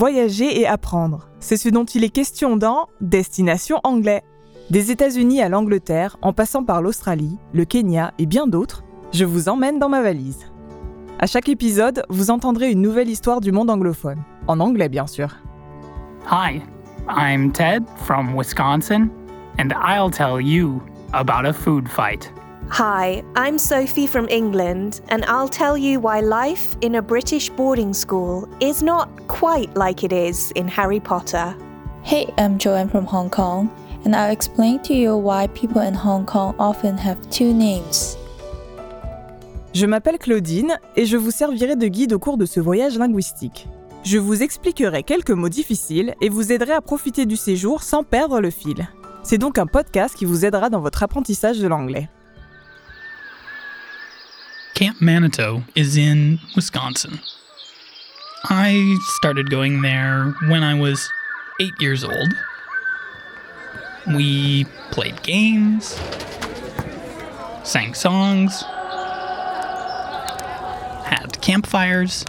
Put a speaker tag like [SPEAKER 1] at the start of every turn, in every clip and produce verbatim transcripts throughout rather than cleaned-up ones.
[SPEAKER 1] voyager et apprendre. C'est ce dont il est question dans Destination Anglais. Des États-Unis à l'Angleterre, en passant par l'Australie, le Kenya et bien d'autres, je vous emmène dans ma valise. À chaque épisode, vous entendrez une nouvelle histoire du monde anglophone. En anglais, bien sûr.
[SPEAKER 2] Hi, I'm Ted from Wisconsin, and I'll tell you about a food fight.
[SPEAKER 3] Hi, I'm Sophie from England, and I'll tell you why life in a British boarding school is not quite like it is in Harry Potter.
[SPEAKER 4] Hey, I'm Joanne from Hong Kong, and I'll explain to you why people in Hong Kong often have two names.
[SPEAKER 1] Je m'appelle Claudine et je vous servirai de guide au cours de ce voyage linguistique. Je vous expliquerai quelques mots difficiles et vous aiderai à profiter du séjour sans perdre le fil. C'est donc un podcast qui vous aidera dans votre apprentissage de l'anglais.
[SPEAKER 2] Camp Manitou is in Wisconsin. I started going there when I was eight years old. We played games, sang songs, had campfires,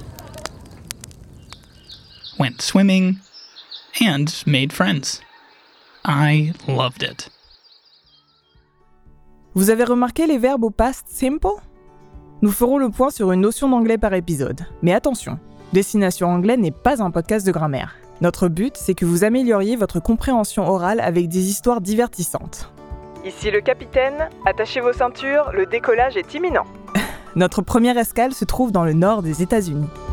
[SPEAKER 2] went swimming, and made friends. I loved it.
[SPEAKER 1] Vous avez remarqué les verbes au past simple ? Nous ferons le point sur une notion d'anglais par épisode. Mais attention, Destination Anglais n'est pas un podcast de grammaire. Notre but, c'est que vous amélioriez votre compréhension orale avec des histoires divertissantes. Ici le capitaine, attachez vos ceintures, le décollage est imminent. Notre première escale se trouve dans le nord des États-Unis.